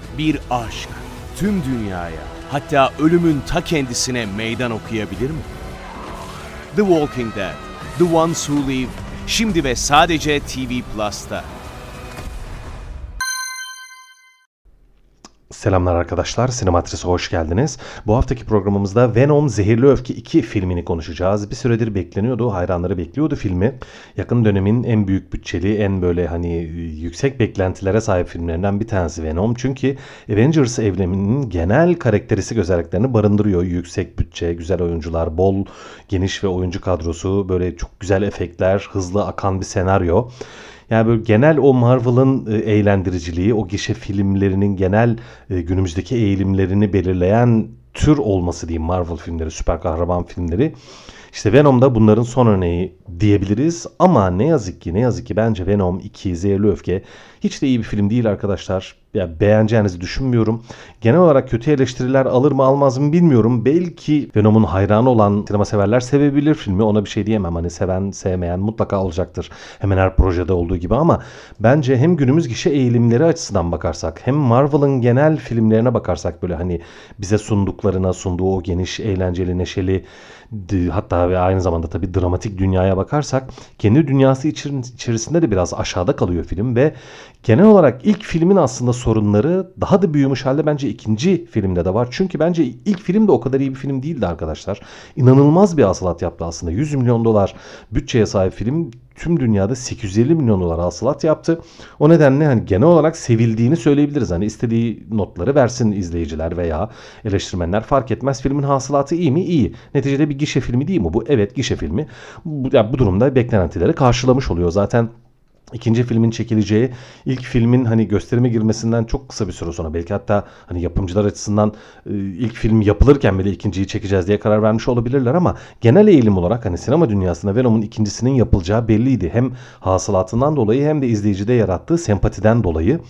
Bir aşk tüm dünyaya, hatta ölümün ta kendisine meydan okuyabilir mi? The Walking Dead, The Ones Who Live, şimdi ve sadece TV Plus'ta. Selamlar arkadaşlar, Sinematris'e hoş geldiniz. Bu haftaki programımızda Venom Zehirli Öfke 2 filmini konuşacağız. Bir süredir bekleniyordu, hayranları bekliyordu filmi. Yakın dönemin en büyük bütçeli, en böyle yüksek beklentilere sahip filmlerinden bir tanesi Venom. Çünkü Avengers evreninin genel karakteristik özelliklerini barındırıyor. Yüksek bütçe, güzel oyuncular, bol, geniş ve oyuncu kadrosu, böyle çok güzel efektler, hızlı akan bir senaryo. Yani böyle genel o Marvel'ın eğlendiriciliği, o gişe filmlerinin genel günümüzdeki eğilimlerini belirleyen tür olması diyeyim, Marvel filmleri, süper kahraman filmleri. İşte Venom da bunların son örneği diyebiliriz. Ama ne yazık ki bence Venom 2 Zehirli Öfke hiç de iyi bir film değil arkadaşlar. Ya beğeneceğinizi düşünmüyorum. Genel olarak kötü eleştiriler alır mı almaz mı bilmiyorum. Belki Venom'un hayranı olan sinema severler sevebilir filmi. Ona bir şey diyemem. Hani seven sevmeyen mutlaka olacaktır. Hemen her projede olduğu gibi, ama bence hem günümüz gişe eğilimleri açısından bakarsak, hem Marvel'ın genel filmlerine bakarsak, böyle bize sunduğu o geniş, eğlenceli, neşeli, hatta ve aynı zamanda tabii dramatik dünyaya bakarsak, kendi dünyası içerisinde de biraz aşağıda kalıyor film ve genel olarak ilk filmin aslında sorunları daha da büyümüş halde bence ikinci filmde de var. Çünkü bence ilk film de o kadar iyi bir film değildi arkadaşlar. İnanılmaz bir hasılat yaptı aslında. 100 milyon dolar bütçeye sahip film tüm dünyada 850 milyon dolar hasılat yaptı. O nedenle genel olarak sevildiğini söyleyebiliriz. İstediği notları versin izleyiciler veya eleştirmenler, fark etmez. Filmin hasılatı iyi mi? İyi. Neticede bir gişe filmi değil mi bu? Evet, gişe filmi. Bu durumda beklentileri karşılamış oluyor. Zaten İkinci filmin çekileceği, ilk filmin gösterime girmesinden çok kısa bir süre sonra, belki hatta yapımcılar açısından ilk film yapılırken bile ikinciyi çekeceğiz diye karar vermiş olabilirler, ama genel eğilim olarak sinema dünyasında Venom'un ikincisinin yapılacağı belliydi. Hem hasılatından dolayı hem de izleyicide yarattığı sempatiden dolayı.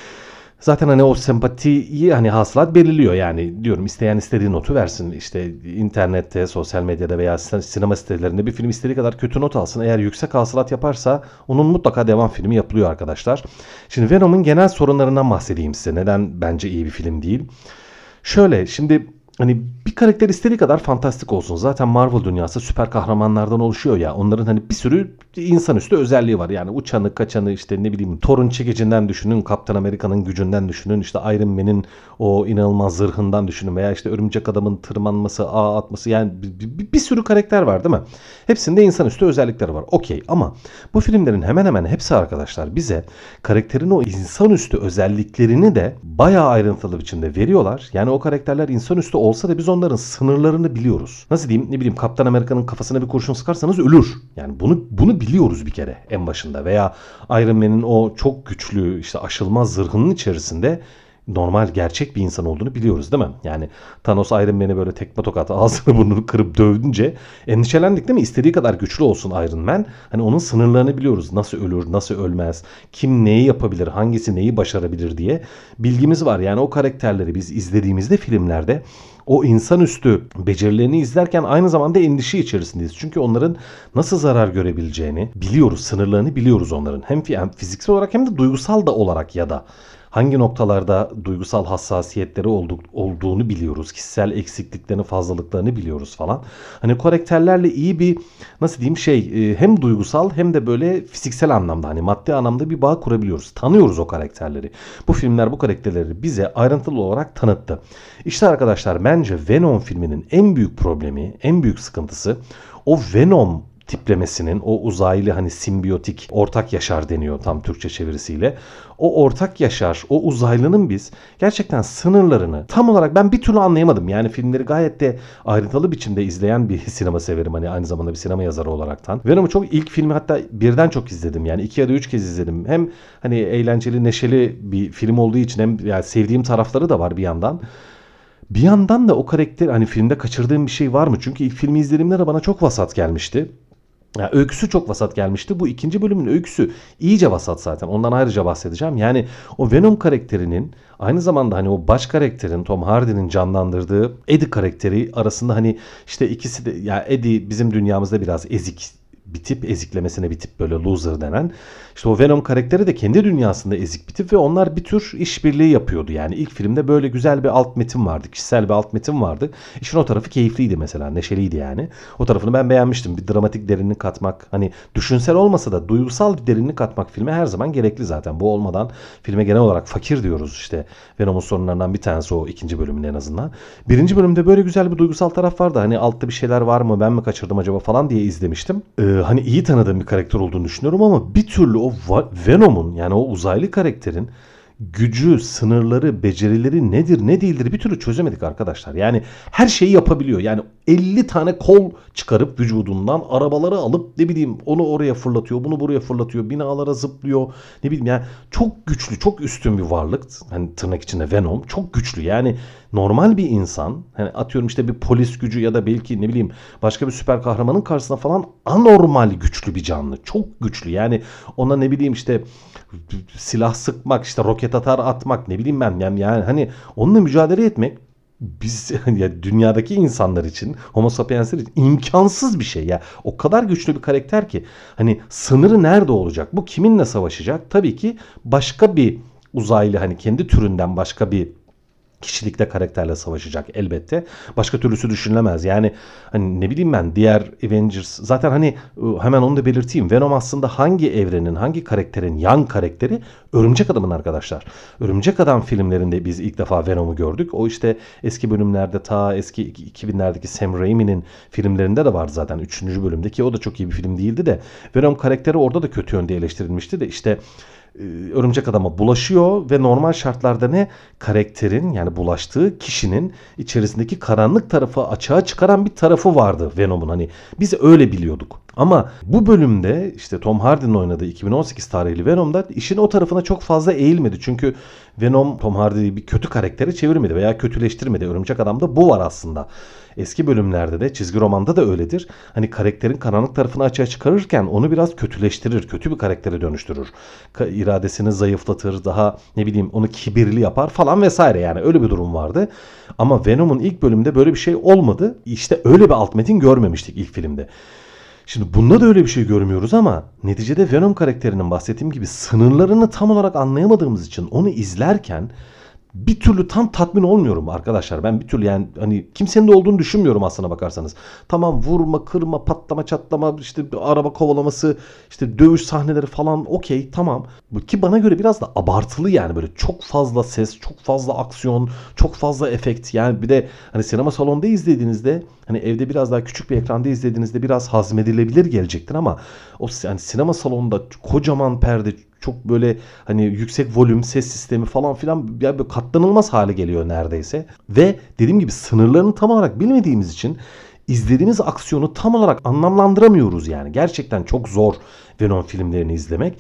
Zaten o sempatiyi hasılat belirliyor, yani diyorum, isteyen istediği notu versin. İşte internette, sosyal medyada veya sinema sitelerinde bir film istediği kadar kötü not alsın. Eğer yüksek hasılat yaparsa onun mutlaka devam filmi yapılıyor arkadaşlar. Şimdi Venom'un genel sorunlarından bahsedeyim size. Neden bence iyi bir film değil? Şöyle, şimdi bir karakter istediği kadar fantastik olsun. Zaten Marvel dünyası süper kahramanlardan oluşuyor ya. Onların bir sürü insanüstü özelliği var. Yani uçanı, kaçanı, işte ne bileyim, Thor'un çekicinden düşünün, Kaptan Amerika'nın gücünden düşünün, işte Iron Man'in o inanılmaz zırhından düşünün veya işte Örümcek Adam'ın tırmanması, ağ atması, yani bir sürü karakter var değil mi? Hepsinde insanüstü özellikleri var. Okey, ama bu filmlerin hemen hemen hepsi arkadaşlar bize karakterin o insanüstü özelliklerini de bayağı ayrıntılı biçimde veriyorlar. Yani o karakterler insanüstü olsa da biz onların sınırlarını biliyoruz. Nasıl diyeyim, ne bileyim, Kaptan Amerika'nın kafasına bir kurşun sıkarsanız ölür. Yani bunu biliyoruz bir kere en başında. Veya Iron Man'in o çok güçlü, işte aşılmaz zırhının içerisinde normal, gerçek bir insan olduğunu biliyoruz değil mi? Yani Thanos Iron Man'i böyle tekme tokat ağzını burnunu kırıp dövdünce endişelendik değil mi? İstediği kadar güçlü olsun Iron Man. Onun sınırlarını biliyoruz. Nasıl ölür, nasıl ölmez, kim neyi yapabilir, hangisi neyi başarabilir diye bilgimiz var. Yani o karakterleri biz izlediğimizde filmlerde o insanüstü becerilerini izlerken aynı zamanda endişe içerisindeyiz. Çünkü onların nasıl zarar görebileceğini biliyoruz, sınırlarını biliyoruz onların. Hem fiziksel olarak hem de duygusal da olarak, ya da hangi noktalarda duygusal hassasiyetleri olduğunu biliyoruz. Kişisel eksikliklerini, fazlalıklarını biliyoruz falan. Karakterlerle iyi bir, nasıl diyeyim, hem duygusal hem de böyle fiziksel anlamda, maddi anlamda bir bağ kurabiliyoruz. Tanıyoruz o karakterleri. Bu filmler bu karakterleri bize ayrıntılı olarak tanıttı. İşte arkadaşlar, bence Venom filminin en büyük problemi, en büyük sıkıntısı o Venom tiplemesinin, o uzaylı simbiyotik ortak yaşar deniyor tam Türkçe çevirisiyle. O ortak yaşar, o uzaylının biz gerçekten sınırlarını tam olarak ben bir türlü anlayamadım. Yani filmleri gayet de ayrıntılı biçimde izleyen bir sinema severim, aynı zamanda bir sinema yazarı olaraktan. Venom'u ilk filmi hatta birden çok izledim. Yani 2 ya da 3 kez izledim. Hem eğlenceli, neşeli bir film olduğu için hem yani sevdiğim tarafları da var bir yandan. Bir yandan da o karakter, filmde kaçırdığım bir şey var mı? Çünkü ilk filmi izlediğimde de bana çok vasat gelmişti. Yani öyküsü çok vasat gelmişti. Bu ikinci bölümün öyküsü iyice vasat zaten. Ondan ayrıca bahsedeceğim. Yani o Venom karakterinin aynı zamanda o baş karakterin, Tom Hardy'nin canlandırdığı Eddie karakteri arasında işte ikisi de, ya Eddie bizim dünyamızda biraz ezik bir tip, eziklemesine bir tip, böyle loser denen. İşte o Venom karakteri de kendi dünyasında ezik bir tip ve onlar bir tür işbirliği yapıyordu. Yani ilk filmde böyle güzel bir alt metin vardı. Kişisel bir alt metin vardı. İşin o tarafı keyifliydi mesela. Neşeliydi yani. O tarafını ben beğenmiştim. Bir dramatik derinlik katmak, hani düşünsel olmasa da duygusal bir derinlik katmak filme her zaman gerekli zaten. Bu olmadan filme genel olarak fakir diyoruz işte. Venom'un sorunlarından bir tanesi o, ikinci bölümün en azından. Birinci bölümde böyle güzel bir duygusal taraf vardı. Hani altta bir şeyler var mı, ben mi kaçırdım acaba falan diye izlemiştim. Hani iyi tanıdığım bir karakter olduğunu düşünüyorum ama bir türlü o Venom'un, yani o uzaylı karakterin gücü, sınırları, becerileri nedir ne değildir bir türlü çözemedik arkadaşlar. Yani her şeyi yapabiliyor. Yani 50 tane kol çıkarıp vücudundan arabaları alıp ne bileyim onu oraya fırlatıyor, bunu buraya fırlatıyor, binalara zıplıyor. Ne bileyim yani çok güçlü, çok üstün bir varlık. Hani tırnak içinde Venom çok güçlü. Yani normal bir insan, hani atıyorum işte bir polis gücü ya da belki ne bileyim başka bir süper kahramanın karşısında falan anormal güçlü bir canlı. Çok güçlü. Yani ona ne bileyim işte silah sıkmak, işte roket atar atmak, ne bileyim ben yani hani onunla mücadele etmek biz ya dünyadaki insanlar için, Homo sapiensler için imkansız bir şey ya. O kadar güçlü bir karakter ki hani sınırı nerede olacak? Bu kiminle savaşacak? Tabii ki başka bir uzaylı, hani kendi türünden başka bir kişilikte karakterle savaşacak elbette. Başka türlüsü düşünülemez. Yani hani ne bileyim ben, diğer Avengers zaten hani hemen onu da belirteyim. Venom aslında hangi evrenin, hangi karakterin yan karakteri? Örümcek Adam'ın arkadaşlar. Örümcek Adam filmlerinde biz ilk defa Venom'u gördük. O işte eski bölümlerde, ta eski 2000'lerdeki Sam Raimi'nin filmlerinde de vardı zaten. 3. bölümdeki o da çok iyi bir film değildi de. Venom karakteri orada da kötü yönde eleştirilmişti de işte Örümcek Adam'a bulaşıyor ve normal şartlarda ne? Karakterin, yani bulaştığı kişinin içerisindeki karanlık tarafı açığa çıkaran bir tarafı vardı Venom'un, hani biz öyle biliyorduk. Ama bu bölümde işte Tom Hardy'nin oynadığı 2018 tarihli Venom'da işin o tarafına çok fazla eğilmedi. Çünkü Venom Tom Hardy'yi bir kötü karaktere çevirmedi veya kötüleştirmedi. Örümcek Adam'da bu var aslında. Eski bölümlerde de, çizgi romanda da öyledir. Hani karakterin karanlık tarafını açığa çıkarırken onu biraz kötüleştirir. Kötü bir karaktere dönüştürür. İradesini zayıflatır. Daha ne bileyim onu kibirli yapar falan vesaire, yani öyle bir durum vardı. Ama Venom'un ilk bölümde böyle bir şey olmadı. İşte öyle bir alt metin görmemiştik ilk filmde. Şimdi bunda da öyle bir şey görmüyoruz ama neticede Venom karakterinin bahsettiğim gibi sınırlarını tam olarak anlayamadığımız için onu izlerken bir türlü tam tatmin olmuyorum arkadaşlar. Ben bir türlü, yani hani kimsenin de olduğunu düşünmüyorum aslına bakarsanız. Tamam, vurma, kırma, patlama, çatlama, işte araba kovalaması, işte dövüş sahneleri falan okey, tamam. Ki bana göre biraz da abartılı, yani böyle çok fazla ses, çok fazla aksiyon, çok fazla efekt. Yani bir de hani sinema salonunda izlediğinizde, hani evde biraz daha küçük bir ekranda izlediğinizde biraz hazmedilebilir gelecektir ama o yani sinema salonunda kocaman perde, çok böyle hani yüksek volüm, ses sistemi falan filan, yani böyle katlanılmaz hale geliyor neredeyse. Ve dediğim gibi sınırlarını tam olarak bilmediğimiz için izlediğimiz aksiyonu tam olarak anlamlandıramıyoruz yani. Gerçekten çok zor Venom filmlerini izlemek.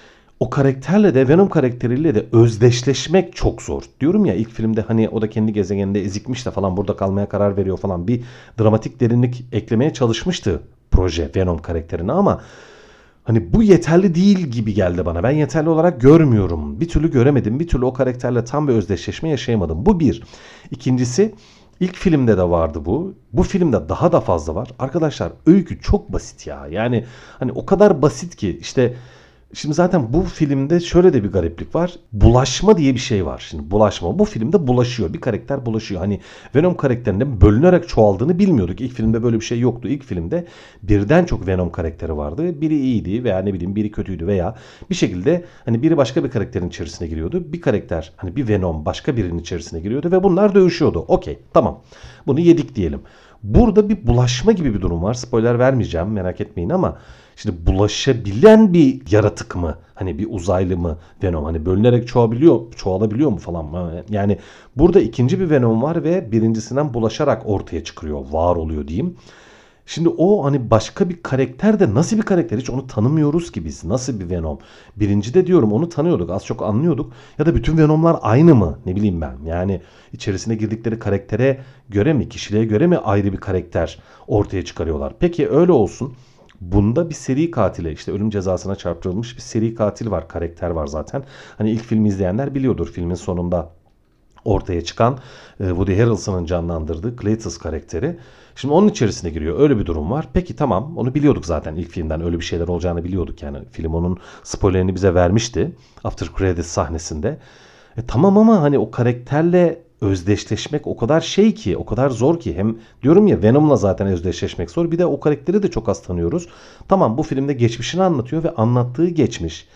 O karakterle de, Venom karakteriyle de özdeşleşmek çok zor. Diyorum ya, ilk filmde hani o da kendi gezegeninde ezikmiş de falan burada kalmaya karar veriyor falan. Bir dramatik derinlik eklemeye çalışmıştı proje Venom karakterine ama hani bu yeterli değil gibi geldi bana. Ben yeterli olarak görmüyorum. Bir türlü göremedim. Bir türlü o karakterle tam bir özdeşleşme yaşayamadım. Bu bir. İkincisi, ilk filmde de vardı bu. Bu filmde daha da fazla var. Arkadaşlar öykü çok basit ya. Yani hani o kadar basit ki işte. Şimdi zaten bu filmde şöyle de bir gariplik var. Bulaşma diye bir şey var. Şimdi bulaşma. Bu filmde bulaşıyor. Bir karakter bulaşıyor. Hani Venom karakterinin bölünerek çoğaldığını bilmiyorduk. İlk filmde böyle bir şey yoktu. İlk filmde birden çok Venom karakteri vardı. Biri iyiydi veya ne bileyim biri kötüydü veya bir şekilde hani biri başka bir karakterin içerisine giriyordu. Bir karakter, hani bir Venom başka birinin içerisine giriyordu ve bunlar dövüşüyordu. Okey, tamam. Bunu yedik diyelim. Burada bir bulaşma gibi bir durum var. Spoiler vermeyeceğim, merak etmeyin ama şimdi bulaşabilen bir yaratık mı? Hani bir uzaylı mı Venom? Hani bölünerek çoğalabiliyor mu falan mı? Yani burada ikinci bir Venom var ve birincisinden bulaşarak ortaya çıkıyor, var oluyor diyeyim. Şimdi o hani başka bir karakter de, nasıl bir karakter, hiç onu tanımıyoruz ki biz. Nasıl bir Venom? Birinci de diyorum onu tanıyorduk, az çok anlıyorduk. Ya da bütün Venom'lar aynı mı? Ne bileyim ben. Yani içerisine girdikleri karaktere göre mi, kişiliğe göre mi ayrı bir karakter ortaya çıkarıyorlar? Peki öyle olsun. Bunda bir seri katile, işte ölüm cezasına çarptırılmış bir seri katil var, karakter var zaten. Hani ilk filmi izleyenler biliyordur, filmin sonunda ortaya çıkan Woody Harrelson'ın canlandırdığı Cletus karakteri. Şimdi onun içerisine giriyor. Öyle bir durum var. Peki tamam, onu biliyorduk zaten ilk filmden. Öyle bir şeyler olacağını biliyorduk yani. Film onun spoilerini bize vermişti. After credits sahnesinde. Tamam ama hani o karakterle özdeşleşmek o kadar şey ki, o kadar zor ki. Hem diyorum ya, Venom'la zaten özdeşleşmek zor. Bir de o karakteri de çok az tanıyoruz. Tamam, bu filmde geçmişini anlatıyor ve anlattığı geçmiş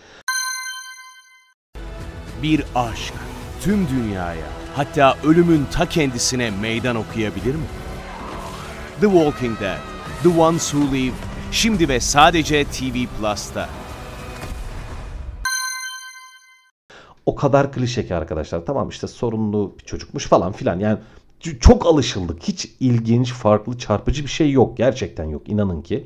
Bir aşk tüm dünyaya, hatta ölümün ta kendisine meydan okuyabilir mi? The Walking Dead, The Ones Who Live, şimdi ve sadece TV Plus'ta. o kadar klişe ki arkadaşlar. Tamam işte sorunlu bir çocukmuş falan filan. Yani çok alışıldık. Hiç ilginç, farklı, çarpıcı bir şey yok. Gerçekten yok. İnanın ki.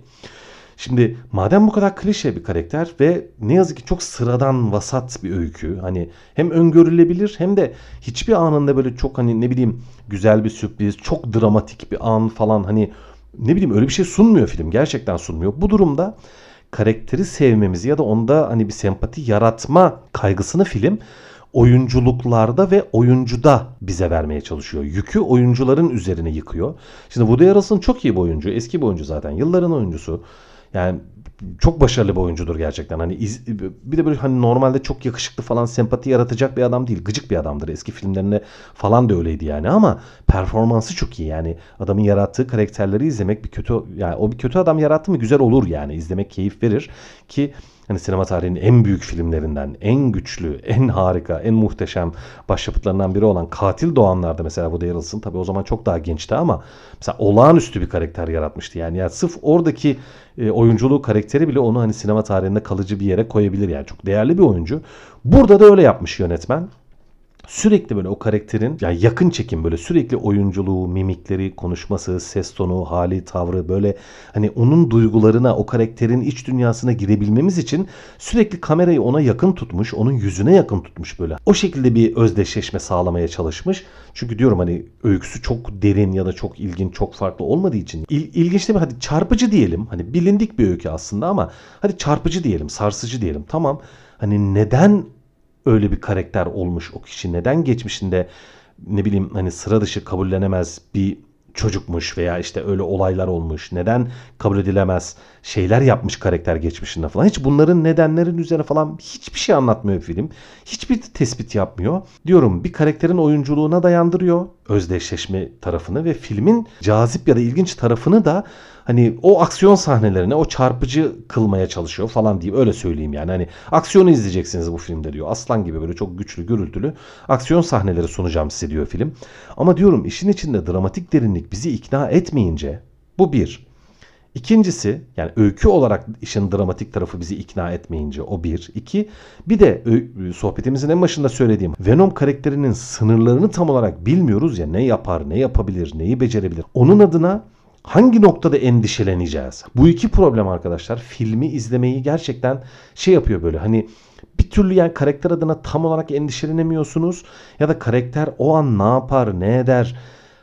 Şimdi madem bu kadar klişe bir karakter ve ne yazık ki çok sıradan, vasat bir öykü. Hani hem öngörülebilir hem de hiçbir anında böyle çok hani ne bileyim güzel bir sürpriz, çok dramatik bir an falan, hani ne bileyim öyle bir şey sunmuyor film. Gerçekten sunmuyor. Bu durumda karakteri sevmemizi ya da onda hani bir sempati yaratma kaygısını film oyunculuklarda ve oyuncuda bize vermeye çalışıyor. Yükü oyuncuların üzerine yıkıyor. Şimdi Woody Harrelson çok iyi bir oyuncu. Eski bir oyuncu zaten. Yılların oyuncusu. Yani çok başarılı bir oyuncudur gerçekten. Hani bir de böyle hani normalde çok yakışıklı falan, sempati yaratacak bir adam değil. Gıcık bir adamdır. Eski filmlerinde falan da öyleydi yani, ama performansı çok iyi. Yani adamın yarattığı karakterleri izlemek, bir kötü yani o bir kötü adam yarattı mı güzel olur yani. İzlemek keyif verir ki hani sinema tarihinin en büyük filmlerinden, en güçlü, en harika, en muhteşem başyapıtlarından biri olan Katil Doğanlar'da mesela Woody Harrelson tabii o zaman çok daha gençti ama mesela olağanüstü bir karakter yaratmıştı. Yani sırf oradaki oyunculuğu, karakteri bile onu hani sinema tarihinde kalıcı bir yere koyabilir yani. Çok değerli bir oyuncu. Burada da öyle yapmış yönetmen. Sürekli böyle o karakterin yani yakın çekim, böyle sürekli oyunculuğu, mimikleri, konuşması, ses tonu, hali, tavrı, böyle hani onun duygularına, o karakterin iç dünyasına girebilmemiz için sürekli kamerayı ona yakın tutmuş, onun yüzüne yakın tutmuş böyle. O şekilde bir özdeşleşme sağlamaya çalışmış. Çünkü diyorum hani öyküsü çok derin ya da çok ilginç, çok farklı olmadığı için ilginç değil mi? Hadi çarpıcı diyelim. Hani bilindik bir öykü aslında ama hadi çarpıcı diyelim, sarsıcı diyelim. Tamam. Hani neden öyle bir karakter olmuş o kişi? Neden geçmişinde ne bileyim hani sıra dışı, kabullenemez bir çocukmuş veya işte öyle olaylar olmuş? Neden kabul edilemez şeyler yapmış karakter geçmişinde falan? Hiç bunların nedenlerin üzerine falan hiçbir şey anlatmıyor film. Hiçbir tespit yapmıyor. Diyorum, bir karakterin oyunculuğuna dayandırıyor özdeşleşme tarafını ve filmin cazip ya da ilginç tarafını da hani o aksiyon sahnelerine o çarpıcı kılmaya çalışıyor falan diyeyim, öyle söyleyeyim yani. Hani aksiyonu izleyeceksiniz bu filmde diyor. Aslan gibi böyle çok güçlü, gürültülü aksiyon sahneleri sunacağım size diyor film. Ama diyorum işin içinde dramatik derinlik bizi ikna etmeyince, bu bir. İkincisi yani öykü olarak işin dramatik tarafı bizi ikna etmeyince, o bir. İki, bir de sohbetimizin en başında söylediğim Venom karakterinin sınırlarını tam olarak bilmiyoruz ya, ne yapar, ne yapabilir, neyi becerebilir. Onun adına hangi noktada endişeleneceğiz? Bu iki problem arkadaşlar filmi izlemeyi gerçekten şey yapıyor böyle, hani bir türlü yani karakter adına tam olarak endişelenemiyorsunuz ya da karakter o an ne yapar, ne eder,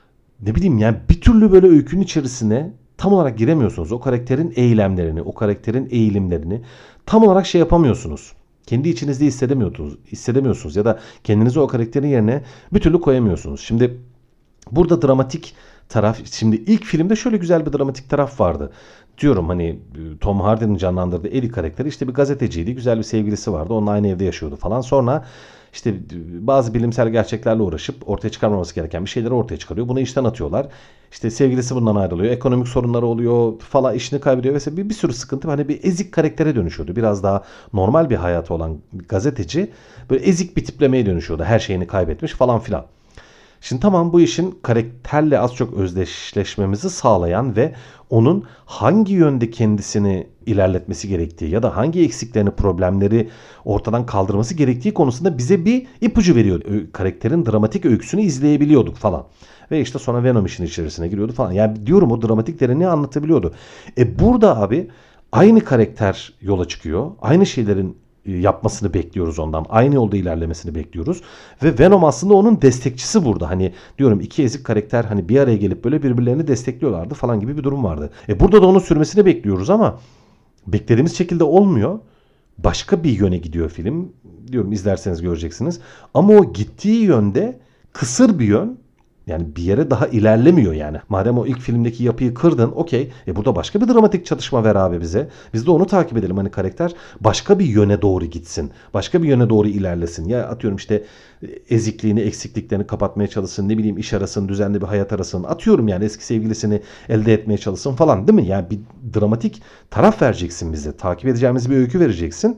ne bileyim yani bir türlü böyle öykünün içerisine tam olarak giremiyorsunuz. O karakterin eylemlerini, o karakterin eğilimlerini tam olarak şey yapamıyorsunuz. Kendi içinizde hissedemiyorsunuz ya da kendinizi o karakterin yerine bir türlü koyamıyorsunuz. Şimdi burada dramatik taraf, şimdi ilk filmde şöyle güzel bir dramatik taraf vardı. Diyorum hani Tom Hardy'nin canlandırdığı Ellie karakteri işte bir gazeteciydi. Güzel bir sevgilisi vardı. Onunla aynı evde yaşıyordu falan. Sonra işte bazı bilimsel gerçeklerle uğraşıp ortaya çıkarmaması gereken bir şeyleri ortaya çıkarıyor. Bunu işten atıyorlar. İşte sevgilisi bundan ayrılıyor. Ekonomik sorunları oluyor falan, işini kaybediyor vesaire. Bir sürü sıkıntı. Hani bir ezik karaktere dönüşüyordu. Biraz daha normal bir hayatı olan bir gazeteci böyle ezik bir tiplemeye dönüşüyordu. Her şeyini kaybetmiş falan filan. Şimdi tamam, bu işin karakterle az çok özdeşleşmemizi sağlayan ve onun hangi yönde kendisini ilerletmesi gerektiği ya da hangi eksiklerini, problemleri ortadan kaldırması gerektiği konusunda bize bir ipucu veriyordu. Karakterin dramatik öyküsünü izleyebiliyorduk falan. Ve işte sonra Venom işin içerisine giriyordu falan. Yani diyorum o dramatik derinliği anlatabiliyordu. Burada abi aynı karakter yola çıkıyor. Aynı şeylerin yapmasını bekliyoruz ondan. Aynı yolda ilerlemesini bekliyoruz. Ve Venom aslında onun destekçisi burada. Hani diyorum iki ezik karakter hani bir araya gelip böyle birbirlerini destekliyorlardı falan gibi bir durum vardı. Burada da onun sürmesini bekliyoruz ama beklediğimiz şekilde olmuyor. Başka bir yöne gidiyor film. Diyorum izlerseniz göreceksiniz. Ama o gittiği yönde kısır bir yön. Yani bir yere daha ilerlemiyor yani. Madem o ilk filmdeki yapıyı kırdın, okey. Burada başka bir dramatik çatışma ver abi bize. Biz de onu takip edelim. Hani karakter başka bir yöne doğru gitsin. Başka bir yöne doğru ilerlesin. Ya atıyorum işte ezikliğini, eksikliklerini kapatmaya çalışsın. Ne bileyim iş arasın, düzenli bir hayat arasın. Atıyorum yani eski sevgilisini elde etmeye çalışsın falan, değil mi? Yani bir dramatik taraf vereceksin bize. Takip edeceğimiz bir öykü vereceksin.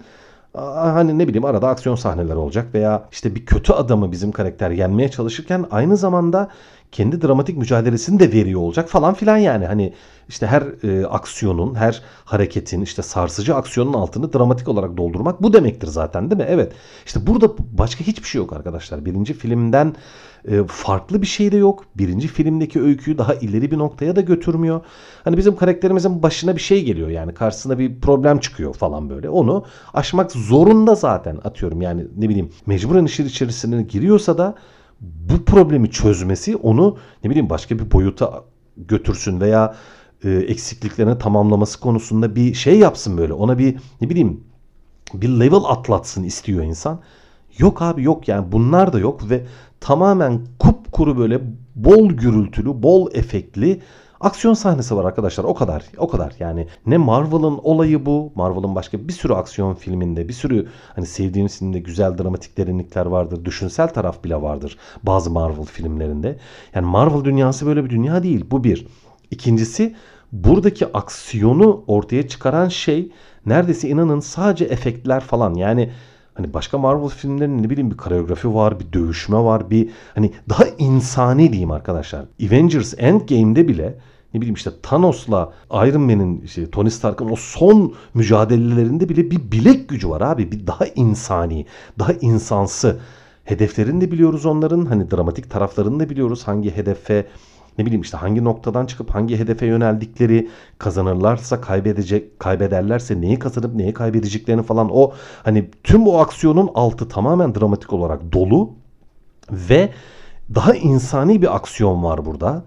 Hani ne bileyim arada aksiyon sahneleri olacak veya işte bir kötü adamı bizim karakter yenmeye çalışırken aynı zamanda kendi dramatik mücadelesini de veriyor olacak falan filan yani. Hani işte her aksiyonun, her hareketin, işte sarsıcı aksiyonun altını dramatik olarak doldurmak bu demektir zaten, değil mi? Evet. İşte burada başka hiçbir şey yok arkadaşlar. Birinci filmden farklı bir şey de yok. Birinci filmdeki öyküyü daha ileri bir noktaya da götürmüyor. Hani bizim karakterimizin başına bir şey geliyor yani karşısına bir problem çıkıyor falan böyle. Onu aşmak zorunda zaten, atıyorum yani ne bileyim mecburen işin içerisine giriyorsa da bu problemi çözmesi onu ne bileyim başka bir boyuta götürsün veya eksikliklerini tamamlaması konusunda bir şey yapsın böyle. Ona bir ne bileyim bir level atlatsın istiyor insan. Yok abi, yok yani bunlar da yok ve tamamen kupkuru böyle bol gürültülü, bol efektli aksiyon sahnesi var arkadaşlar. O kadar. O kadar. Yani ne Marvel'ın olayı bu. Marvel'ın başka bir sürü aksiyon filminde, bir sürü hani sevdiğimiz filmde güzel dramatik derinlikler vardır. Düşünsel taraf bile vardır bazı Marvel filmlerinde. Yani Marvel dünyası böyle bir dünya değil. Bu bir. İkincisi, buradaki aksiyonu ortaya çıkaran şey neredeyse inanın sadece efektler falan. Yani hani başka Marvel filmlerinin ne bileyim bir koreografi var, bir dövüşme var, bir hani daha insani diyeyim arkadaşlar. Avengers Endgame'de bile ne bileyim işte Thanos'la Iron Man'in, işte Tony Stark'ın o son mücadelelerinde bile bir bilek gücü var abi. Bir daha insani, daha insansı. Hedeflerini de biliyoruz onların. Hani dramatik taraflarını da biliyoruz. Hangi hedefe ne bileyim işte hangi noktadan çıkıp hangi hedefe yöneldikleri, kazanırlarsa kaybederlerse neyi kazanıp neyi kaybedeceklerini falan, o hani tüm o aksiyonun altı tamamen dramatik olarak dolu ve daha insani bir aksiyon var burada.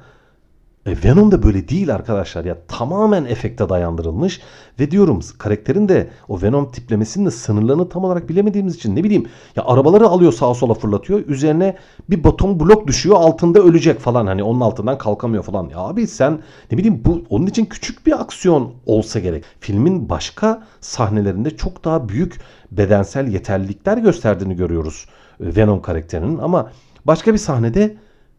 Venom da böyle değil arkadaşlar ya, tamamen efekte dayandırılmış ve diyorum karakterin de o Venom tiplemesinin de sınırlarını tam olarak bilemediğimiz için ne bileyim ya, arabaları alıyor sağa sola fırlatıyor, üzerine bir beton blok düşüyor, altında ölecek falan, hani onun altından kalkamıyor falan. Ya abi sen ne bileyim, bu onun için küçük bir aksiyon olsa gerek. Filmin başka sahnelerinde çok daha büyük bedensel yeterlilikler gösterdiğini görüyoruz Venom karakterinin, ama başka bir sahnede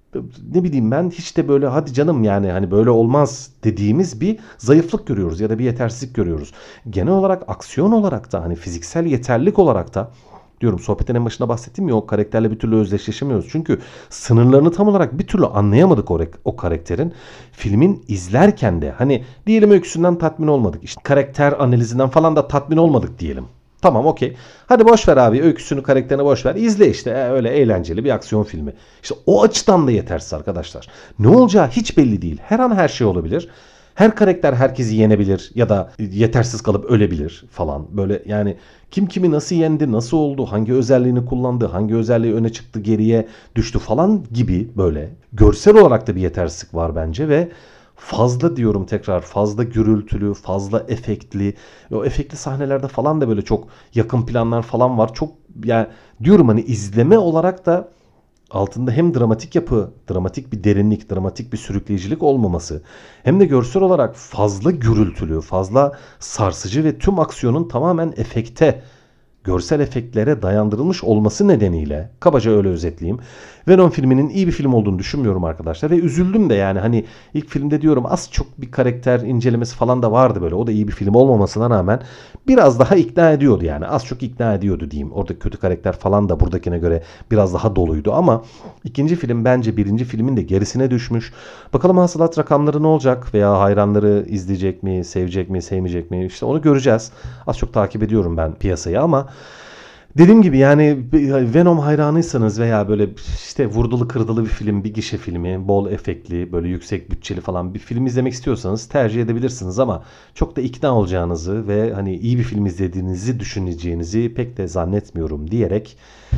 ne bileyim ben hiç de böyle hadi canım yani hani böyle olmaz dediğimiz bir zayıflık görüyoruz ya da bir yetersizlik görüyoruz. Genel olarak aksiyon olarak da hani fiziksel yeterlilik olarak da diyorum, sohbetin en başında bahsettiğim ya, o karakterle bir türlü özdeşleşemiyoruz. Çünkü sınırlarını tam olarak bir türlü anlayamadık o karakterin. Filmin izlerken de hani diyelim öyküsünden tatmin olmadık. İşte karakter analizinden falan da tatmin olmadık diyelim. Tamam, okey. Hadi boş ver abi, öyküsünü, karakterini boş ver. İzle işte öyle eğlenceli bir aksiyon filmi. İşte o açıdan da yetersiz arkadaşlar. Ne olacağı hiç belli değil. Her an her şey olabilir. Her karakter herkesi yenebilir ya da yetersiz kalıp ölebilir falan. Böyle yani kim kimi nasıl yendi, nasıl oldu, hangi özelliğini kullandı, hangi özelliği öne çıktı, geriye düştü falan gibi böyle. Görsel olarak da bir yetersizlik var bence ve fazla diyorum tekrar, fazla gürültülü, fazla efektli. O efektli sahnelerde falan da böyle çok yakın planlar falan var. Çok yani diyorum hani izleme olarak da altında hem dramatik yapı, dramatik bir derinlik, dramatik bir sürükleyicilik olmaması, hem de görsel olarak fazla gürültülü, fazla sarsıcı ve tüm aksiyonun tamamen efekte, görsel efektlere dayandırılmış olması nedeniyle, kabaca öyle özetleyeyim, Venom filminin iyi bir film olduğunu düşünmüyorum arkadaşlar ve üzüldüm de. Yani hani ilk filmde diyorum az çok bir karakter incelemesi falan da vardı böyle, o da iyi bir film olmamasına rağmen biraz daha ikna ediyordu, yani az çok ikna ediyordu diyeyim. Orada kötü karakter falan da buradakine göre biraz daha doluydu ama ikinci film bence birinci filmin de gerisine düşmüş. Bakalım hasılat rakamları ne olacak veya hayranları izleyecek mi, sevecek mi, sevmeyecek mi, işte onu göreceğiz. Az çok takip ediyorum ben piyasayı ama dediğim gibi yani Venom hayranıysanız veya böyle işte vurdulu kırdılı bir film, bir gişe filmi, bol efektli, böyle yüksek bütçeli falan bir film izlemek istiyorsanız tercih edebilirsiniz ama çok da ikna olacağınızı ve hani iyi bir film izlediğinizi düşüneceğinizi pek de zannetmiyorum diyerek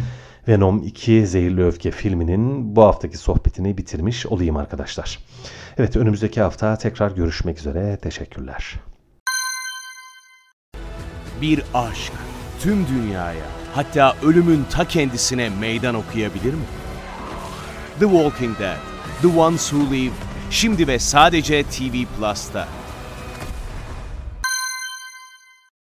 Venom 2 Zehirli Öfke filminin bu haftaki sohbetini bitirmiş olayım arkadaşlar. Evet, önümüzdeki hafta tekrar görüşmek üzere. Teşekkürler. Bir aşk tüm dünyaya, hatta ölümün ta kendisine meydan okuyabilir mi? The Walking Dead, The Ones Who Live, şimdi ve sadece TV Plus'ta.